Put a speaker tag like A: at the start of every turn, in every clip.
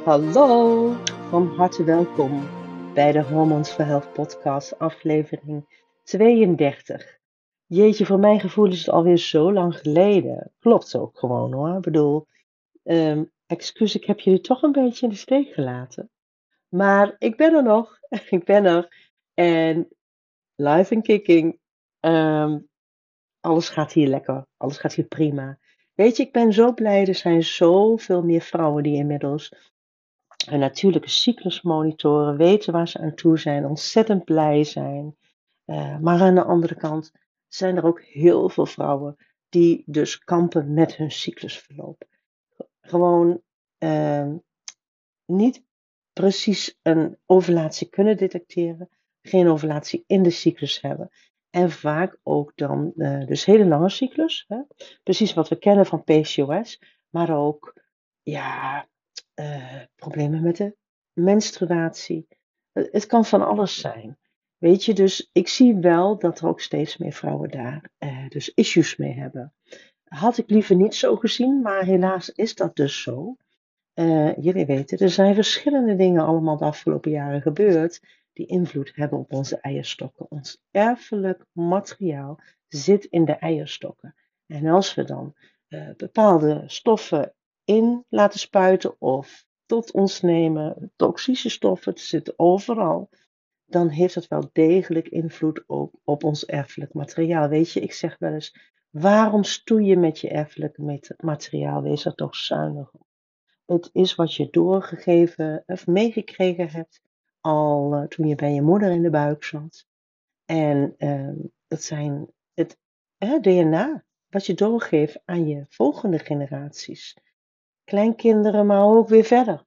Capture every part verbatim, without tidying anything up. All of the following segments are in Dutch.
A: Hallo, van harte welkom bij de Hormones for Health podcast, aflevering tweeëndertig. Jeetje, voor mijn gevoel is het alweer zo lang geleden. Klopt ook gewoon hoor. Ik bedoel, um, excuus, ik heb jullie toch een beetje in de steek gelaten. Maar ik ben er nog, ik ben er. En live and kicking, um, alles gaat hier lekker, alles gaat hier prima. Weet je, ik ben zo blij, er zijn zoveel meer vrouwen die inmiddels een natuurlijke cyclus monitoren, weten waar ze aan toe zijn, ontzettend blij zijn. Uh, maar aan de andere kant zijn er ook heel veel vrouwen die dus kampen met hun cyclusverloop. Gewoon uh, niet precies een ovulatie kunnen detecteren, geen ovulatie in de cyclus hebben. En vaak ook dan uh, dus hele lange cyclus, hè? Precies wat we kennen van P C O S, maar ook ja, uh, problemen met de menstruatie. Uh, het kan van alles zijn. Weet je, dus ik zie wel dat er ook steeds meer vrouwen daar uh, dus issues mee hebben. Had ik liever niet zo gezien, maar helaas is dat dus zo. Uh, jullie weten, er zijn verschillende dingen allemaal de afgelopen jaren gebeurd die invloed hebben op onze eierstokken. Ons erfelijk materiaal zit in de eierstokken. En als we dan uh, bepaalde stoffen in laten spuiten of tot ons nemen, toxische stoffen, het zit overal, dan heeft dat wel degelijk invloed ook op ons erfelijk materiaal. Weet je, ik zeg wel eens, waarom stoeien met je erfelijk materiaal? Wees er toch zuinig op. Het is wat je doorgegeven of meegekregen hebt al uh, toen je bij je moeder in de buik zat. En uh, het zijn het uh, D N A wat je doorgeeft aan je volgende generaties. Kleinkinderen, maar ook weer verder.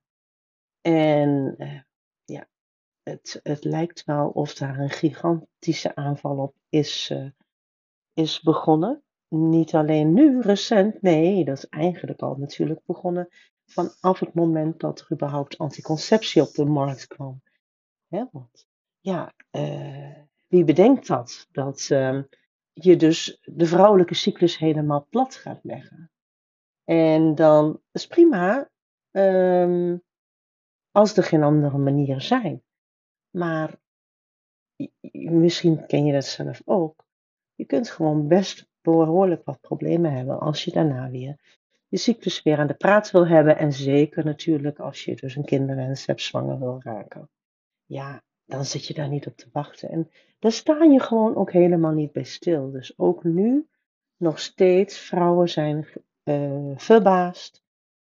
A: En uh, ja, het, het lijkt wel of daar een gigantische aanval op is, uh, is begonnen. Niet alleen nu, recent, nee, dat is eigenlijk al natuurlijk begonnen vanaf het moment dat er überhaupt anticonceptie op de markt kwam. Hè, want ja, uh, wie bedenkt dat? Dat uh, je dus de vrouwelijke cyclus helemaal plat gaat leggen. En dan is prima um, als er geen andere manieren zijn. Maar misschien ken je dat zelf ook. Je kunt gewoon best behoorlijk wat problemen hebben als je daarna weer je cyclus weer aan de praat wil hebben. En zeker natuurlijk als je dus een kinderwens hebt, zwanger wil raken. Ja, dan zit je daar niet op te wachten. En daar sta je gewoon ook helemaal niet bij stil. Dus ook nu nog steeds vrouwen zijn uh, verbaasd,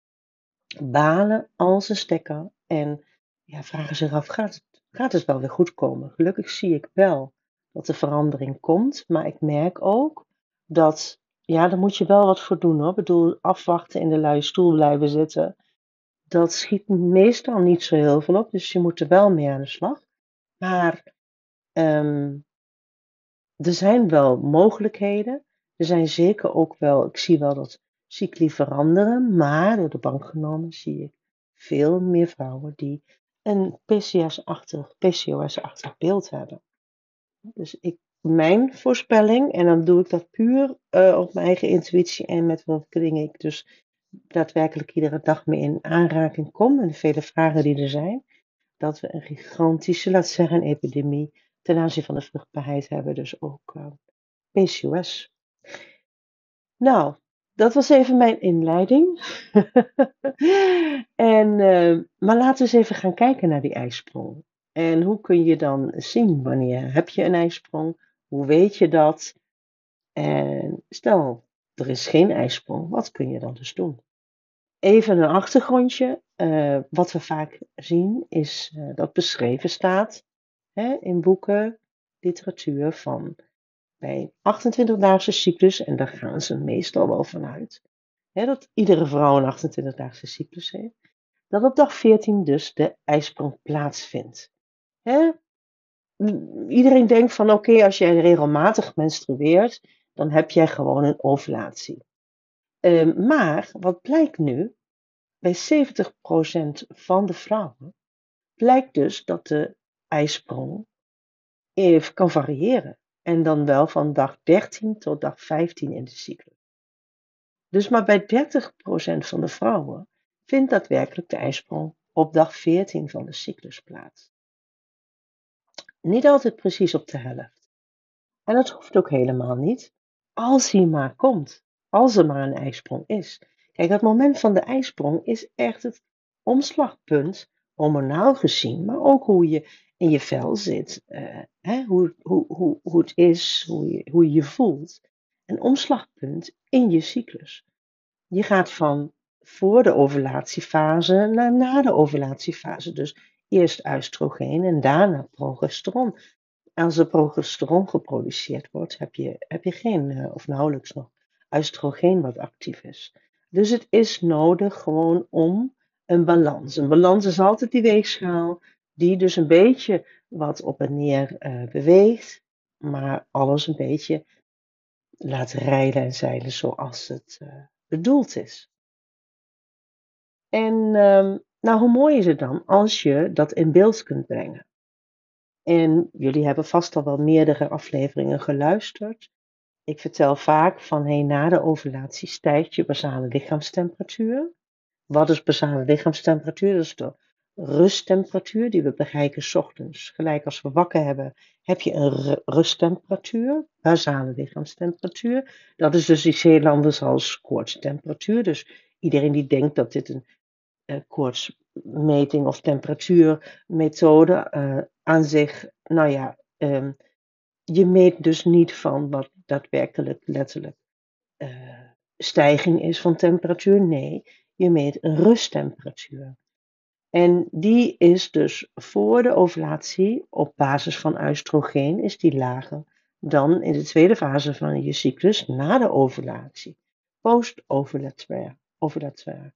A: balen als een stekker. En ja, vragen zich af, gaat het, gaat het wel weer goed komen? Gelukkig zie ik wel dat de verandering komt. Maar ik merk ook dat, ja, daar moet je wel wat voor doen hoor. Ik bedoel, afwachten in de luie stoel blijven zitten. Dat schiet meestal niet zo heel veel op. Dus je moet er wel mee aan de slag. Maar um, er zijn wel mogelijkheden. Er zijn zeker ook wel, ik zie wel dat cycli veranderen. Maar door de bank genomen zie ik veel meer vrouwen die een P C O S-achtig beeld hebben. Dus ik, mijn voorspelling, en dan doe ik dat puur uh, op mijn eigen intuïtie en met welke dingen ik dus daadwerkelijk iedere dag mee in aanraking kom en de vele vragen die er zijn, dat we een gigantische, laat zeggen, een epidemie ten aanzien van de vruchtbaarheid hebben, dus ook uh, P C O S. Nou, dat was even mijn inleiding. en, uh, maar laten we eens even gaan kijken naar die ijsprong. En hoe kun je dan zien wanneer heb je een ijsprong? Hoe weet je dat? En stel, er is geen ijsprong, wat kun je dan dus doen? Even een achtergrondje. Uh, wat we vaak zien is uh, dat beschreven staat hè, in boeken, literatuur van bij achtentwintigdaagse cyclus, en daar gaan ze meestal wel vanuit, hè, dat iedere vrouw een achtentwintigdaagse cyclus heeft, dat op dag veertien dus de ijsprong plaatsvindt. Hè? Iedereen denkt van oké, okay, als jij regelmatig menstrueert, dan heb jij gewoon een ovulatie. Uh, maar wat blijkt nu? Bij zeventig procent van de vrouwen blijkt dus dat de ijsprong even kan variëren. En dan wel van dag dertien tot dag vijftien in de cyclus. Dus maar bij dertig procent van de vrouwen vindt daadwerkelijk de ijsprong op dag veertien van de cyclus plaats. Niet altijd precies op de helft. En dat hoeft ook helemaal niet, als hij maar komt. Als er maar een ijsprong is. Kijk, het moment van de ijsprong is echt het omslagpunt, hormonaal gezien, maar ook hoe je in je vel zit, uh, hè, hoe, hoe, hoe, hoe het is, hoe je, hoe je je voelt. Een omslagpunt in je cyclus. Je gaat van voor de ovulatiefase naar na de ovulatiefase. Dus eerst oestrogeen en daarna progesteron. Als er progesteron geproduceerd wordt, heb je, heb je geen, uh, of nauwelijks nog, oestrogeen wat actief is. Dus het is nodig gewoon om een balans. Een balans is altijd die weegschaal, die dus een beetje wat op en neer uh, beweegt, maar alles een beetje laat rijden en zeilen zoals het uh, bedoeld is. En um, nou, hoe mooi is het dan als je dat in beeld kunt brengen? En jullie hebben vast al wel meerdere afleveringen geluisterd. Ik vertel vaak van, hey, na de ovulatie stijgt je basale lichaamstemperatuur. Wat is basale lichaamstemperatuur? Dat is de rusttemperatuur die we bereiken 's ochtends. Gelijk als we wakker hebben, heb je een rusttemperatuur, basale lichaamstemperatuur. Dat is dus iets heel anders als koortstemperatuur. Dus iedereen die denkt dat dit een uh, koortsmeting of temperatuurmethode uh, aan zich, nou ja, um, je meet dus niet van wat daadwerkelijk letterlijk uh, stijging is van temperatuur. Nee, je meet een rusttemperatuur. En die is dus voor de ovulatie op basis van oestrogeen is die lager dan in de tweede fase van je cyclus na de ovulatie. Post-ovulatoire. Ovulatoire.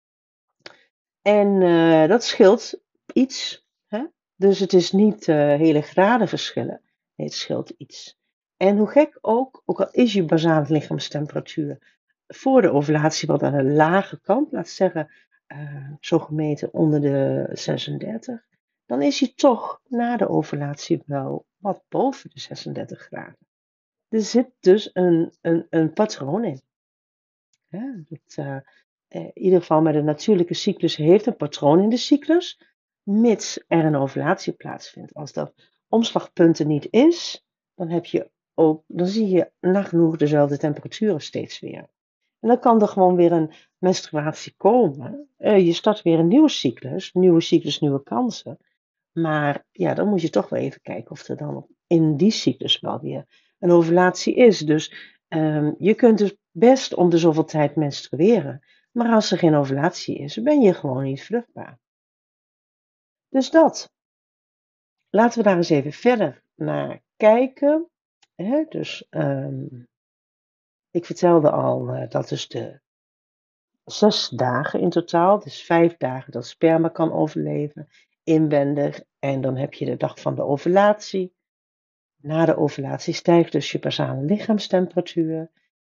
A: En uh, dat scheelt iets. Hè? Dus het is niet uh, hele graden verschillen. Nee, het scheelt iets. En hoe gek ook, ook al is je basale lichaamstemperatuur voor de ovulatie wat aan de lage kant, laat zeggen, uh, zo gemeten onder de zesendertig, dan is hij toch na de ovulatie wel wat boven de zesendertig graden. Er zit dus een, een, een patroon in. Ja, dat, uh, in ieder geval met een natuurlijke cyclus heeft een patroon in de cyclus, mits er een ovulatie plaatsvindt. Als dat omslagpunt er niet is, dan, heb je ook, dan zie je nagenoeg dezelfde temperaturen steeds weer. En dan kan er gewoon weer een menstruatie komen. Uh, je start weer een nieuwe cyclus, nieuwe cyclus, nieuwe kansen. Maar ja, dan moet je toch wel even kijken of er dan in die cyclus wel weer een ovulatie is. Dus um, je kunt dus best om de zoveel tijd menstrueren. Maar als er geen ovulatie is, ben je gewoon niet vruchtbaar. Dus dat. Laten we daar eens even verder naar kijken. Hè? Dus um, ik vertelde al, uh, dat is de zes dagen in totaal. Dus vijf dagen dat sperma kan overleven, inwendig. En dan heb je de dag van de ovulatie. Na de ovulatie stijgt dus je basale lichaamstemperatuur.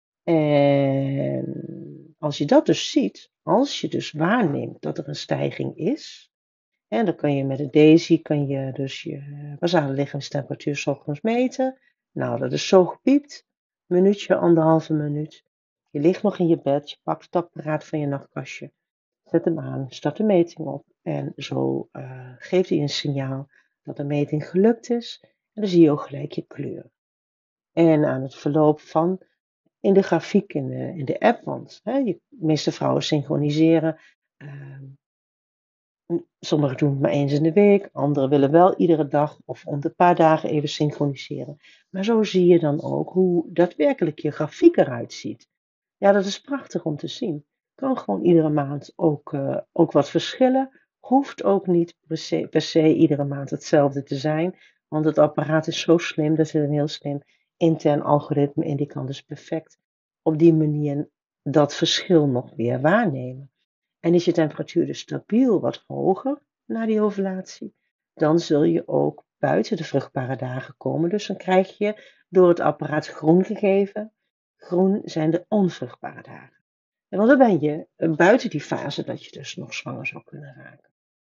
A: En als je dat dus ziet, als je dus waarneemt dat er een stijging is, en dan kan je met de Daisy kan je dus je basale lichaamstemperatuur 's ochtends meten. Nou, dat is zo gepiept. Minuutje, anderhalve minuut. Je ligt nog in je bed, je pakt het apparaat van je nachtkastje, zet hem aan, start de meting op en zo uh, geeft hij een signaal dat de meting gelukt is. En dan zie je ook gelijk je kleur. En aan het verloop van, in de grafiek in de, in de app, want hè, je, de meeste vrouwen synchroniseren. Uh, sommigen doen het maar eens in de week, anderen willen wel iedere dag of om de paar dagen even synchroniseren. Maar zo zie je dan ook hoe daadwerkelijk je grafiek eruit ziet. Ja, dat is prachtig om te zien. Kan gewoon iedere maand ook, uh, ook wat verschillen. Hoeft ook niet per se, per se iedere maand hetzelfde te zijn. Want het apparaat is zo slim, er zit een heel slim intern algoritme in. Die kan dus perfect op die manier dat verschil nog weer waarnemen. En is je temperatuur dus stabiel wat hoger na die ovulatie, dan zul je ook buiten de vruchtbare dagen komen. Dus dan krijg je door het apparaat groen gegeven. Groen zijn de onvruchtbare dagen. En want dan ben je buiten die fase dat je dus nog zwanger zou kunnen raken.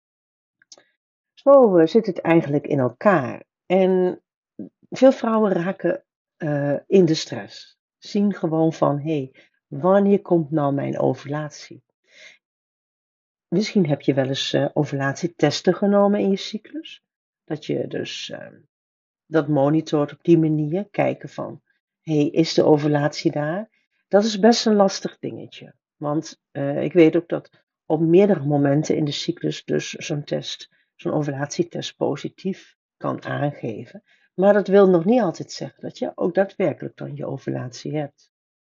A: Zo zit het eigenlijk in elkaar. En veel vrouwen raken uh, in de stress. Zien gewoon van, hé, hey, wanneer komt nou mijn ovulatie? Misschien heb je wel eens uh, ovulatietesten genomen in je cyclus. Dat je dus uh, dat monitort op die manier. Kijken van, hey, is de ovulatie daar? Dat is best een lastig dingetje. Want uh, ik weet ook dat op meerdere momenten in de cyclus dus zo'n test, zo'n ovulatietest positief kan aangeven. Maar dat wil nog niet altijd zeggen dat je ook daadwerkelijk dan je ovulatie hebt.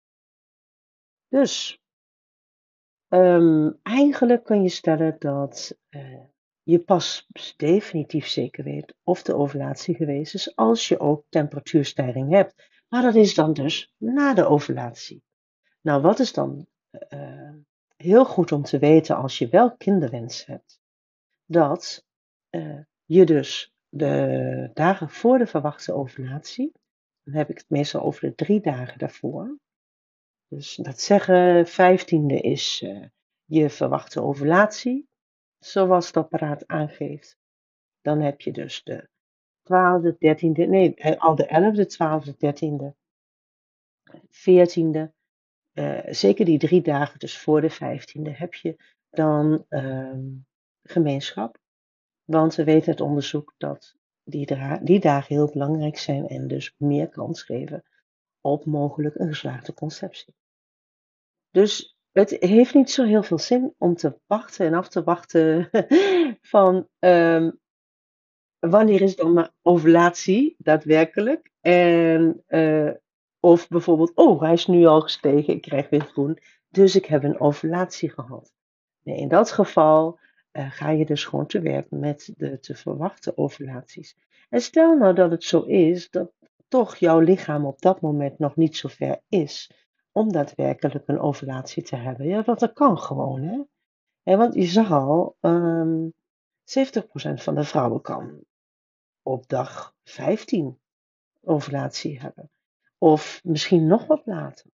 A: Dus um, eigenlijk kun je stellen dat uh, je pas definitief zeker weet of de ovulatie geweest is als je ook temperatuurstijging hebt. Maar dat is dan dus na de ovulatie. Nou, wat is dan uh, heel goed om te weten als je wel kinderwens hebt? Dat uh, je dus de dagen voor de verwachte ovulatie, dan heb ik het meestal over de drie dagen daarvoor. Dus dat zeggen, vijftiende is uh, je verwachte ovulatie, zoals het apparaat aangeeft. Dan heb je dus de twaalfde, dertiende, nee, al de elfde, twaalfde, dertiende, veertiende. Uh, zeker die drie dagen, dus voor de vijftiende, heb je dan uh, gemeenschap. Want we weten uit onderzoek dat die, dra- die dagen heel belangrijk zijn en dus meer kans geven op mogelijk een geslaagde conceptie. Dus het heeft niet zo heel veel zin om te wachten en af te wachten van um, wanneer is dan mijn ovulatie daadwerkelijk. En uh, of bijvoorbeeld, oh, hij is nu al gestegen, ik krijg weer groen, dus ik heb een ovulatie gehad. Nee, in dat geval uh, ga je dus gewoon te werk met de te verwachten ovulaties. En stel nou dat het zo is dat toch jouw lichaam op dat moment nog niet zo ver is om daadwerkelijk een ovulatie te hebben. Ja, dat, dat kan gewoon, hè. En want je zag al, um, zeventig procent van de vrouwen kan op dag vijftien ovulatie hebben. Of misschien nog wat later.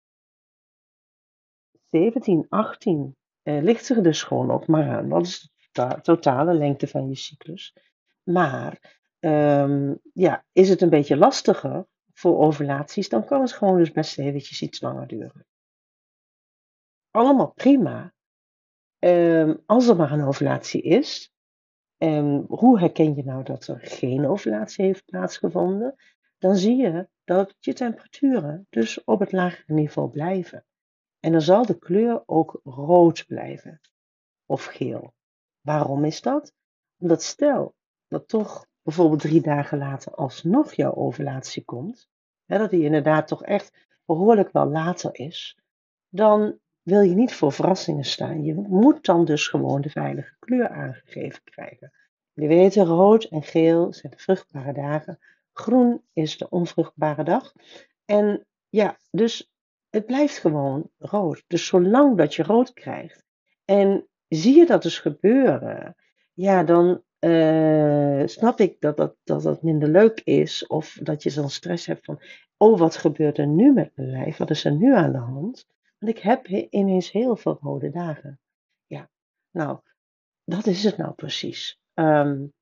A: zeventien, achttien. Eh, ligt er dus gewoon ook maar aan. Wat is de tota- totale lengte van je cyclus? Maar um, ja, is het een beetje lastiger voor ovulaties, dan kan het gewoon dus best eventjes iets langer duren. Allemaal prima. Um, als er maar een ovulatie is. Um, hoe herken je nou dat er geen ovulatie heeft plaatsgevonden? Dan zie je dat je temperaturen dus op het lagere niveau blijven. En dan zal de kleur ook rood blijven of geel. Waarom is dat? Omdat stel dat toch bijvoorbeeld drie dagen later alsnog jouw ovulatie komt, hè, dat die inderdaad toch echt behoorlijk wel later is, dan wil je niet voor verrassingen staan. Je moet dan dus gewoon de veilige kleur aangegeven krijgen. Je weet, rood en geel zijn de vruchtbare dagen. Groen is de onvruchtbare dag. En ja, dus het blijft gewoon rood. Dus zolang dat je rood krijgt en zie je dat dus gebeuren, ja, dan uh, snap ik dat dat, dat dat minder leuk is. Of dat je zo'n stress hebt van, oh, wat gebeurt er nu met mijn lijf? Wat is er nu aan de hand? Want ik heb ineens heel veel rode dagen. Ja, nou, dat is het nou precies. Um,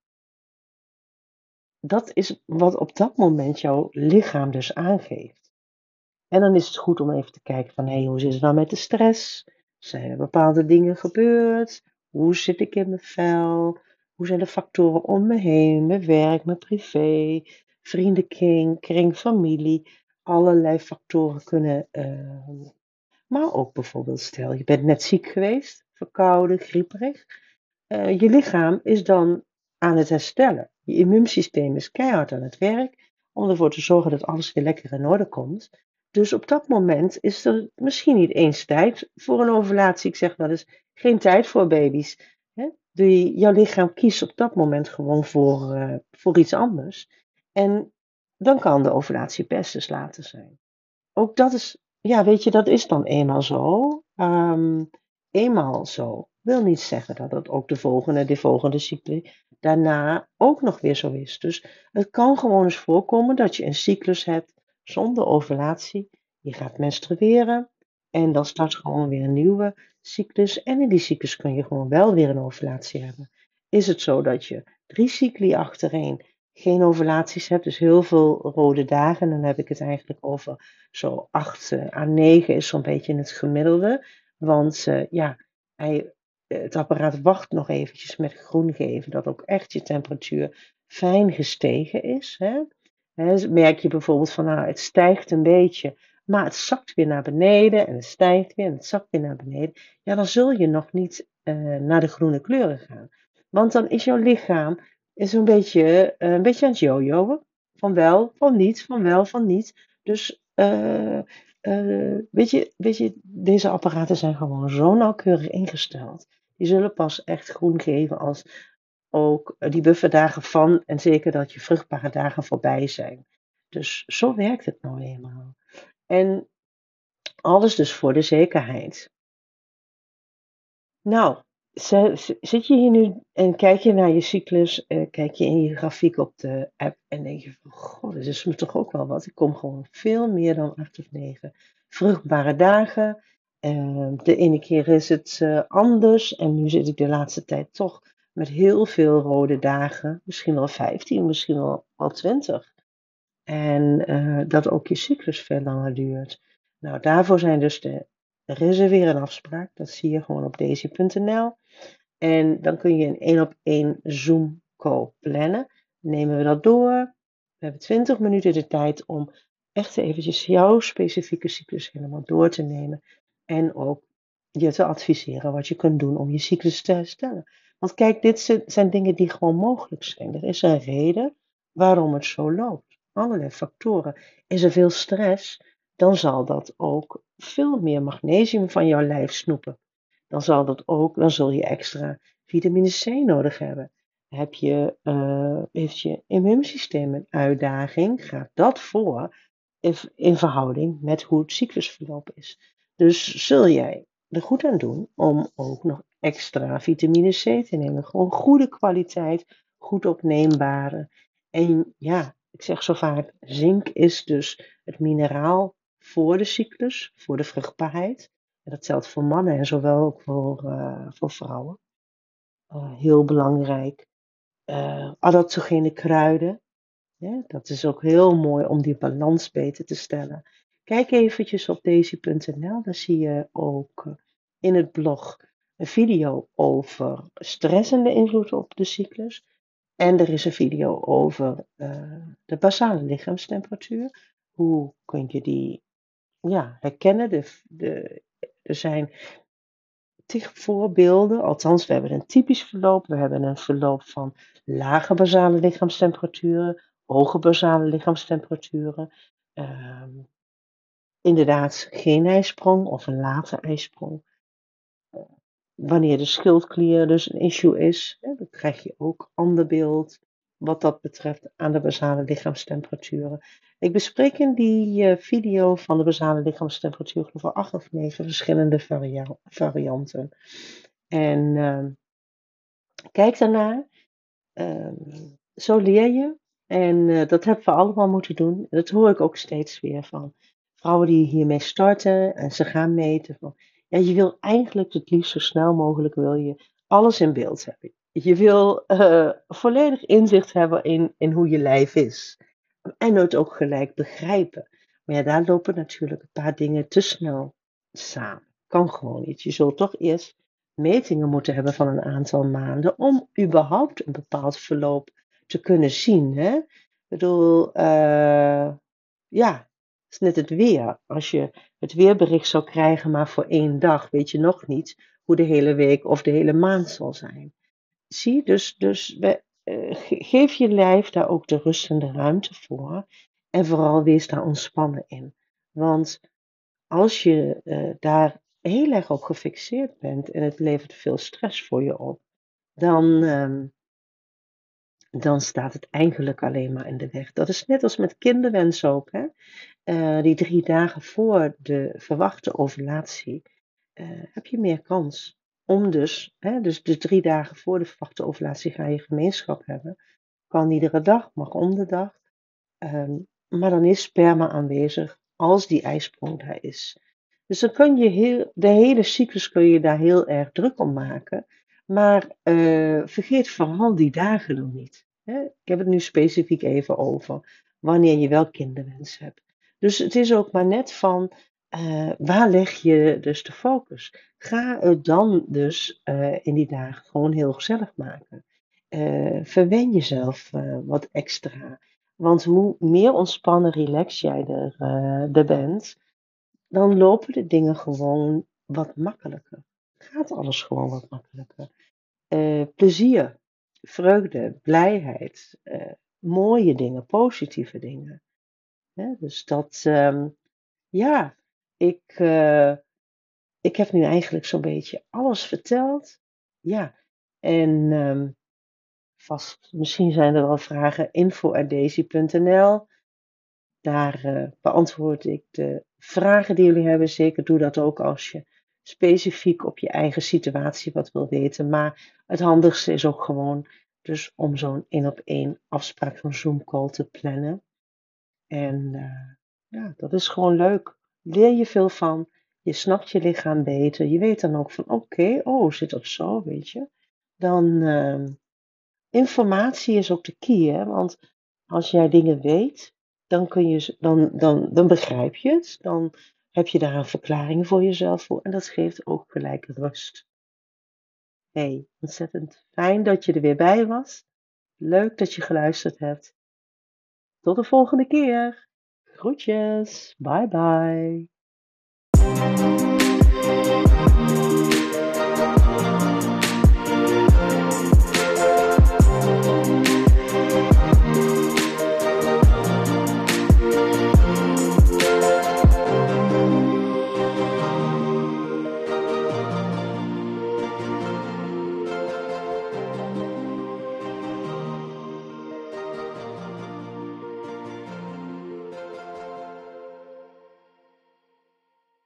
A: dat is wat op dat moment jouw lichaam dus aangeeft. En dan is het goed om even te kijken van, hé, hey, hoe zit het nou met de stress? Zijn er bepaalde dingen gebeurd? Hoe zit ik in mijn vel? Hoe zijn de factoren om me heen? Mijn werk, mijn privé, vriendenkring, kring, familie. Allerlei factoren kunnen... Uh, maar ook bijvoorbeeld, stel je bent net ziek geweest, verkouden, grieperig. Uh, je lichaam is dan aan het herstellen. Je immuunsysteem is keihard aan het werk om ervoor te zorgen dat alles weer lekker in orde komt. Dus op dat moment is er misschien niet eens tijd voor een ovulatie. Ik zeg wel eens, geen tijd voor baby's. Hè? Je, jouw lichaam kiest op dat moment gewoon voor, uh, voor iets anders. En dan kan de ovulatie best eens later zijn. Ook dat is, ja, weet je, dat is dan eenmaal zo. Um, eenmaal zo. Wil niet zeggen dat het ook de volgende, de volgende cyclus daarna ook nog weer zo is. Dus het kan gewoon eens voorkomen dat je een cyclus hebt zonder ovulatie. Je gaat menstrueren en dan start gewoon weer een nieuwe cyclus. En in die cyclus kun je gewoon wel weer een ovulatie hebben. Is het zo dat je drie cycli achtereen geen ovulaties hebt, dus heel veel rode dagen, en dan heb ik het eigenlijk over zo acht à negen is zo'n beetje het gemiddelde. Want uh, ja, hij, het apparaat wacht nog eventjes met groen geven, dat ook echt je temperatuur fijn gestegen is. Hè? Hè, dus merk je bijvoorbeeld van, nou, het stijgt een beetje, maar het zakt weer naar beneden en het stijgt weer en het zakt weer naar beneden. Ja, dan zul je nog niet uh, naar de groene kleuren gaan. Want dan is jouw lichaam is een beetje, uh, een beetje aan het jojoen. Van wel, van niet, van wel, van niet. Dus uh, uh, weet, je, weet je, deze apparaten zijn gewoon zo nauwkeurig ingesteld. Die zullen pas echt groen geven als ook die bufferdagen van en zeker dat je vruchtbare dagen voorbij zijn. Dus zo werkt het nou eenmaal. En alles dus voor de zekerheid. Nou, zit je hier nu en kijk je naar je cyclus, uh, kijk je in je grafiek op de app en denk je van, god, dit is me toch ook wel wat. Ik kom gewoon veel meer dan acht of negen vruchtbare dagen. Uh, de ene keer is het uh, anders en nu zit ik de laatste tijd toch met heel veel rode dagen. Misschien wel vijftien, misschien wel al twintig. En uh, dat ook je cyclus veel langer duurt. Nou, daarvoor zijn dus de reserveer een afspraak. Dat zie je gewoon op daisy punt n l. En dan kun je een één op één Zoom call plannen. Dan nemen we dat door. We hebben twintig minuten de tijd om echt eventjes jouw specifieke cyclus helemaal door te nemen. En ook je te adviseren wat je kunt doen om je cyclus te herstellen. Want kijk, dit zijn dingen die gewoon mogelijk zijn. Er is een reden waarom het zo loopt. Allerlei factoren. Is er veel stress, dan zal dat ook veel meer magnesium van jouw lijf snoepen. Dan zal dat ook, dan zul je extra vitamine C nodig hebben. Heb je, uh, heeft je immuunsysteem een uitdaging, gaat dat voor in, in verhouding met hoe het cyclusverloop is. Dus zul jij er goed aan doen om ook nog extra vitamine C te nemen. Gewoon goede kwaliteit, goed opneembare. En ja, ik zeg zo vaak, zink is dus het mineraal voor de cyclus, voor de vruchtbaarheid. En dat geldt voor mannen en zowel ook voor, uh, voor vrouwen. Uh, heel belangrijk. Uh, adaptogene kruiden. Ja, dat is ook heel mooi om die balans beter te stellen. Kijk eventjes op daisy punt n l. Daar zie je ook uh, in het blog een video over stress en de invloed op de cyclus. En er is een video over uh, de basale lichaamstemperatuur. Hoe kun je die ja, herkennen? De, de, er zijn tig voorbeelden, althans we hebben een typisch verloop. We hebben een verloop van lage basale lichaamstemperaturen, hoge basale lichaamstemperaturen. Uh, inderdaad geen ijsprong of een late ijsprong. Uh, wanneer de schildklier dus een issue is, hè, dan krijg je ook ander beeld wat dat betreft aan de basale lichaamstemperaturen. Ik bespreek in die uh, video van de basale lichaamstemperatuur over acht of negen verschillende varia- varianten. En uh, kijk daarnaar. Uh, zo leer je. En uh, dat hebben we allemaal moeten doen. Dat hoor ik ook steeds weer van vrouwen die hiermee starten en ze gaan meten. Van, ja, je wil eigenlijk het liefst zo snel mogelijk wil je alles in beeld hebben. Je wil uh, volledig inzicht hebben in, in hoe je lijf is. En het ook gelijk begrijpen. Maar ja, daar lopen natuurlijk een paar dingen te snel samen. Kan gewoon niet. Je zult toch eerst metingen moeten hebben van een aantal maanden om überhaupt een bepaald verloop te kunnen zien. Hè? Ik bedoel, uh, ja, het is net het weer. Als je het weerbericht zou krijgen maar voor één dag, weet je nog niet hoe de hele week of de hele maand zal zijn. Zie, dus, dus we, uh, geef je lijf daar ook de rust en de ruimte voor. En vooral wees daar ontspannen in. Want als je uh, daar heel erg op gefixeerd bent en het levert veel stress voor je op, dan, um, dan staat het eigenlijk alleen maar in de weg. Dat is net als met kinderwens ook. Hè? Uh, die drie dagen voor de verwachte ovulatie uh, heb je meer kans om dus, hè, dus de drie dagen voor de verwachte ovulatie ga je gemeenschap hebben. Kan iedere dag, mag om de dag. Um, maar dan is sperma aanwezig als die ijsprong daar is. Dus dan kun je heel, de hele cyclus kun je daar heel erg druk om maken. Maar uh, vergeet vooral die dagen dan niet. Hè? Ik heb het nu specifiek even over wanneer je wel kinderwens hebt. Dus het is ook maar net van Uh, waar leg je dus de focus? Ga het dan dus uh, in die dagen gewoon heel gezellig maken. Uh, verwen jezelf uh, wat extra. Want hoe meer ontspannen, relax jij er, uh, er bent, dan lopen de dingen gewoon wat makkelijker. Gaat alles gewoon wat makkelijker. Uh, plezier, vreugde, blijheid, uh, mooie dingen, positieve dingen. Hè? Dus dat, um, ja, ik, uh, ik heb nu eigenlijk zo'n beetje alles verteld. Ja, en um, vast, misschien zijn er wel vragen. info at daisy punt n l. Daar uh, beantwoord ik de vragen die jullie hebben. Zeker doe dat ook als je specifiek op je eigen situatie wat wil weten. Maar het handigste is ook gewoon dus om zo'n één op één afspraak van Zoom call te plannen. En uh, ja, dat is gewoon leuk. Leer je veel van. Je snapt je lichaam beter. Je weet dan ook van oké, okay, oh zit dat zo, weet je. Dan uh, informatie is ook de key, hè. Want als jij dingen weet, dan, kun je, dan, dan, dan begrijp je het. Dan heb je daar een verklaring voor jezelf voor. En dat geeft ook gelijk rust. Hey, ontzettend fijn dat je er weer bij was. Leuk dat je geluisterd hebt. Tot de volgende keer. Groetjes. Bye bye.